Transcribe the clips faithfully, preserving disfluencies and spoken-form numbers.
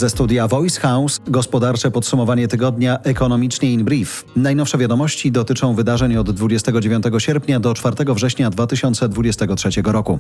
Ze studia Voice House gospodarcze podsumowanie tygodnia Ekonomicznie in Brief. Najnowsze wiadomości dotyczą wydarzeń od dwudziestego dziewiątego sierpnia do czwartego września dwa tysiące dwudziestego trzeciego roku.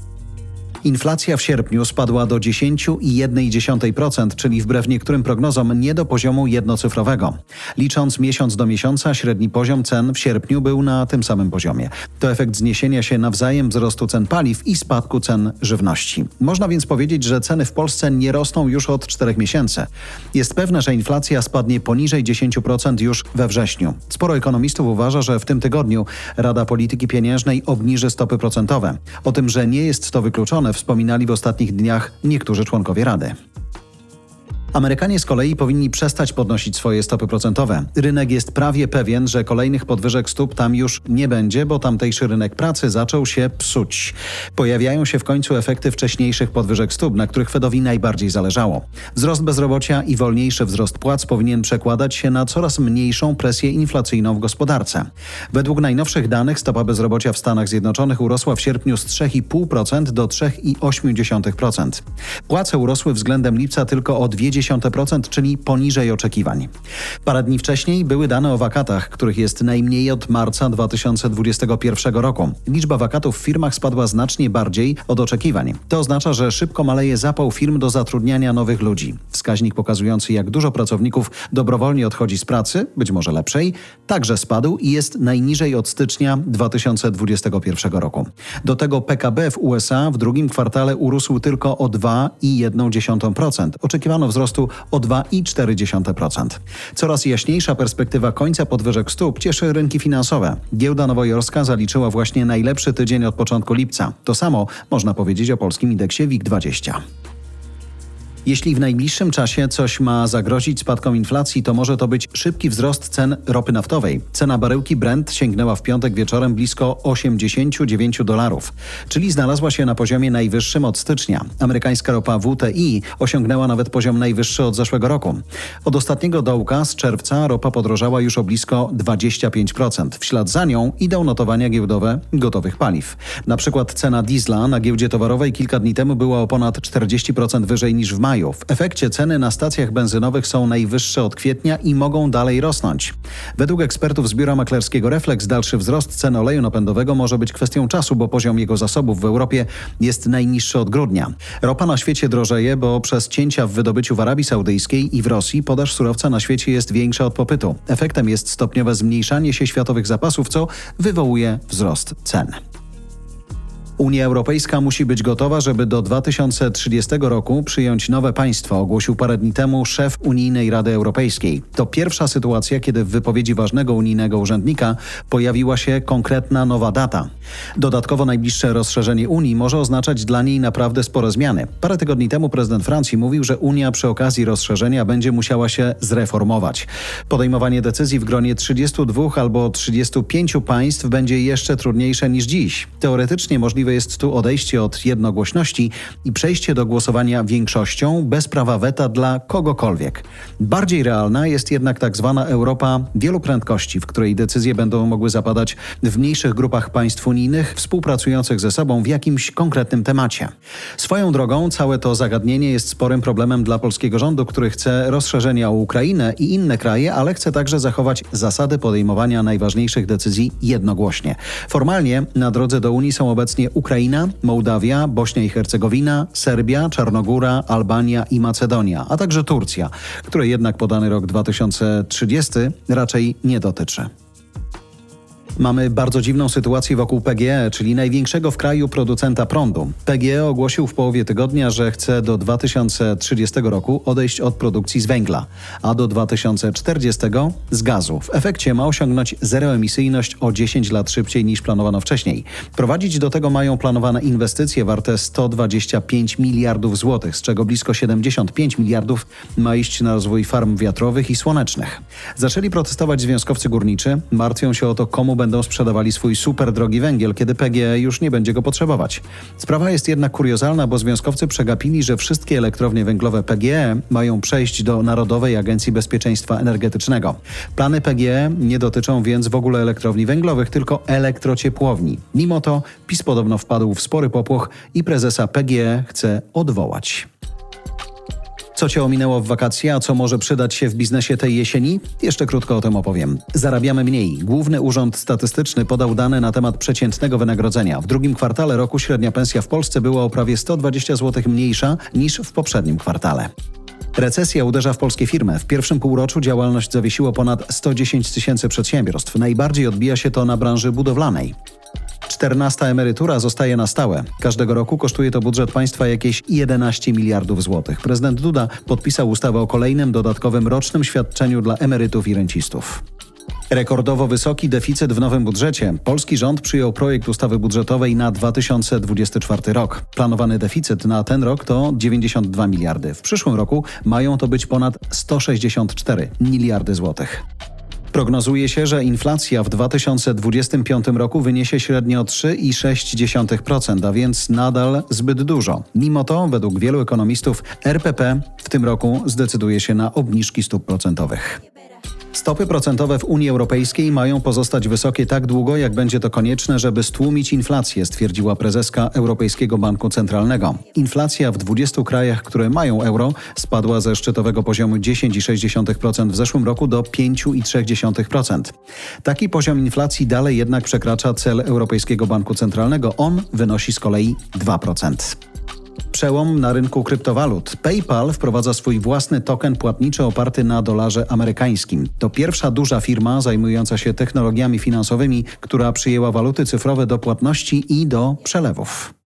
Inflacja w sierpniu spadła do dziesięć przecinek jeden procent, czyli wbrew niektórym prognozom nie do poziomu jednocyfrowego. Licząc miesiąc do miesiąca, średni poziom cen w sierpniu był na tym samym poziomie. To efekt zniesienia się nawzajem wzrostu cen paliw i spadku cen żywności. Można więc powiedzieć, że ceny w Polsce nie rosną już od czterech miesięcy. Jest pewne, że inflacja spadnie poniżej dziesięć procent już we wrześniu. Sporo ekonomistów uważa, że w tym tygodniu Rada Polityki Pieniężnej obniży stopy procentowe. O tym, że nie jest to wykluczone, wspominali w ostatnich dniach niektórzy członkowie Rady. Amerykanie z kolei powinni przestać podnosić swoje stopy procentowe. Rynek jest prawie pewien, że kolejnych podwyżek stóp tam już nie będzie, bo tamtejszy rynek pracy zaczął się psuć. Pojawiają się w końcu efekty wcześniejszych podwyżek stóp, na których Fedowi najbardziej zależało. Wzrost bezrobocia i wolniejszy wzrost płac powinien przekładać się na coraz mniejszą presję inflacyjną w gospodarce. Według najnowszych danych stopa bezrobocia w Stanach Zjednoczonych urosła w sierpniu z trzy przecinek pięć procent do trzy przecinek osiem procent. Płace urosły względem lipca tylko o dwa przecinek dwa procent, czyli poniżej oczekiwań. Parę dni wcześniej były dane o wakatach, których jest najmniej od marca dwa tysiące dwudziestego pierwszego roku. Liczba wakatów w firmach spadła znacznie bardziej od oczekiwań. To oznacza, że szybko maleje zapał firm do zatrudniania nowych ludzi. Wskaźnik pokazujący, jak dużo pracowników dobrowolnie odchodzi z pracy, być może lepszej, także spadł i jest najniżej od stycznia dwa tysiące dwudziestego pierwszego roku. Do tego P K B w U S A w drugim kwartale urósł tylko o dwa przecinek jeden procent. Oczekiwano wzrostu o dwa przecinek cztery procent. Coraz jaśniejsza perspektywa końca podwyżek stóp cieszy rynki finansowe. Giełda nowojorska zaliczyła właśnie najlepszy tydzień od początku lipca. To samo można powiedzieć o polskim indeksie W I G dwadzieścia. Jeśli w najbliższym czasie coś ma zagrozić spadkom inflacji, to może to być szybki wzrost cen ropy naftowej. Cena baryłki Brent sięgnęła w piątek wieczorem blisko osiemdziesiąt dziewięć dolarów, czyli znalazła się na poziomie najwyższym od stycznia. Amerykańska ropa W T I osiągnęła nawet poziom najwyższy od zeszłego roku. Od ostatniego dołka z czerwca ropa podrożała już o blisko dwadzieścia pięć procent. W ślad za nią idą notowania giełdowe gotowych paliw. Na przykład cena diesla na giełdzie towarowej kilka dni temu była o ponad czterdzieści procent wyżej niż w maju. W efekcie ceny na stacjach benzynowych są najwyższe od kwietnia i mogą dalej rosnąć. Według ekspertów z biura maklerskiego Reflex dalszy wzrost cen oleju napędowego może być kwestią czasu, bo poziom jego zasobów w Europie jest najniższy od grudnia. Ropa na świecie drożeje, bo przez cięcia w wydobyciu w Arabii Saudyjskiej i w Rosji podaż surowca na świecie jest większa od popytu. Efektem jest stopniowe zmniejszanie się światowych zapasów, co wywołuje wzrost cen. Unia Europejska musi być gotowa, żeby do dwa tysiące trzydziestego roku przyjąć nowe państwo, ogłosił parę dni temu szef Unijnej Rady Europejskiej. To pierwsza sytuacja, kiedy w wypowiedzi ważnego unijnego urzędnika pojawiła się konkretna nowa data. Dodatkowo najbliższe rozszerzenie Unii może oznaczać dla niej naprawdę spore zmiany. Parę tygodni temu prezydent Francji mówił, że Unia przy okazji rozszerzenia będzie musiała się zreformować. Podejmowanie decyzji w gronie trzydziestu dwóch albo trzydziestu pięciu państw będzie jeszcze trudniejsze niż dziś. Teoretycznie możliwe jest tu odejście od jednogłośności i przejście do głosowania większością bez prawa weta dla kogokolwiek. Bardziej realna jest jednak tak zwana Europa wielu prędkości, w której decyzje będą mogły zapadać w mniejszych grupach państw unijnych współpracujących ze sobą w jakimś konkretnym temacie. Swoją drogą całe to zagadnienie jest sporym problemem dla polskiego rządu, który chce rozszerzenia o Ukrainę i inne kraje, ale chce także zachować zasady podejmowania najważniejszych decyzji jednogłośnie. Formalnie na drodze do Unii są obecnie Ukraina, Mołdawia, Bośnia i Hercegowina, Serbia, Czarnogóra, Albania i Macedonia, a także Turcja, której jednak podany rok dwa tysiące trzydziesty raczej nie dotyczy. Mamy bardzo dziwną sytuację wokół P G E, czyli największego w kraju producenta prądu. P G E ogłosił w połowie tygodnia, że chce do dwa tysiące trzydziestego roku odejść od produkcji z węgla, a do dwa tysiące czterdziestego z gazu. W efekcie ma osiągnąć zeroemisyjność o dziesięć lat szybciej niż planowano wcześniej. Prowadzić do tego mają planowane inwestycje warte sto dwadzieścia pięć miliardów złotych, z czego blisko siedemdziesiąt pięć miliardów ma iść na rozwój farm wiatrowych i słonecznych. Zaczęli protestować związkowcy górniczy, martwią się o to, komu będą będą sprzedawali swój super drogi węgiel, kiedy P G E już nie będzie go potrzebować. Sprawa jest jednak kuriozalna, bo związkowcy przegapili, że wszystkie elektrownie węglowe P G E mają przejść do Narodowej Agencji Bezpieczeństwa Energetycznego. Plany P G E nie dotyczą więc w ogóle elektrowni węglowych, tylko elektrociepłowni. Mimo to PiS podobno wpadł w spory popłoch i prezesa P G E chce odwołać. Co Cię ominęło w wakacje, a co może przydać się w biznesie tej jesieni? Jeszcze krótko o tym opowiem. Zarabiamy mniej. Główny Urząd Statystyczny podał dane na temat przeciętnego wynagrodzenia. W drugim kwartale roku średnia pensja w Polsce była o prawie sto dwadzieścia złotych mniejsza niż w poprzednim kwartale. Recesja uderza w polskie firmy. W pierwszym półroczu działalność zawiesiło ponad sto dziesięć tysięcy przedsiębiorstw. Najbardziej odbija się to na branży budowlanej. Czternasta emerytura zostaje na stałe. Każdego roku kosztuje to budżet państwa jakieś jedenaście miliardów złotych. Prezydent Duda podpisał ustawę o kolejnym dodatkowym rocznym świadczeniu dla emerytów i rencistów. Rekordowo wysoki deficyt w nowym budżecie. Polski rząd przyjął projekt ustawy budżetowej na dwa tysiące dwudziesty czwarty rok. Planowany deficyt na ten rok to dziewięćdziesiąt dwa miliardy. W przyszłym roku mają to być ponad sto sześćdziesiąt cztery miliardy złotych. Prognozuje się, że inflacja w dwa tysiące dwudziestym piątym roku wyniesie średnio trzy przecinek sześć procent, a więc nadal zbyt dużo. Mimo to, według wielu ekonomistów, R P P w tym roku zdecyduje się na obniżki stóp procentowych. Stopy procentowe w Unii Europejskiej mają pozostać wysokie tak długo, jak będzie to konieczne, żeby stłumić inflację, stwierdziła prezeska Europejskiego Banku Centralnego. Inflacja w dwudziestu krajach, które mają euro, spadła ze szczytowego poziomu dziesięć przecinek sześć procent w zeszłym roku do pięć przecinek trzy procent. Taki poziom inflacji dalej jednak przekracza cel Europejskiego Banku Centralnego. On wynosi z kolei dwa procent. Przełom na rynku kryptowalut. PayPal wprowadza swój własny token płatniczy oparty na dolarze amerykańskim. To pierwsza duża firma zajmująca się technologiami finansowymi, która przyjęła waluty cyfrowe do płatności i do przelewów.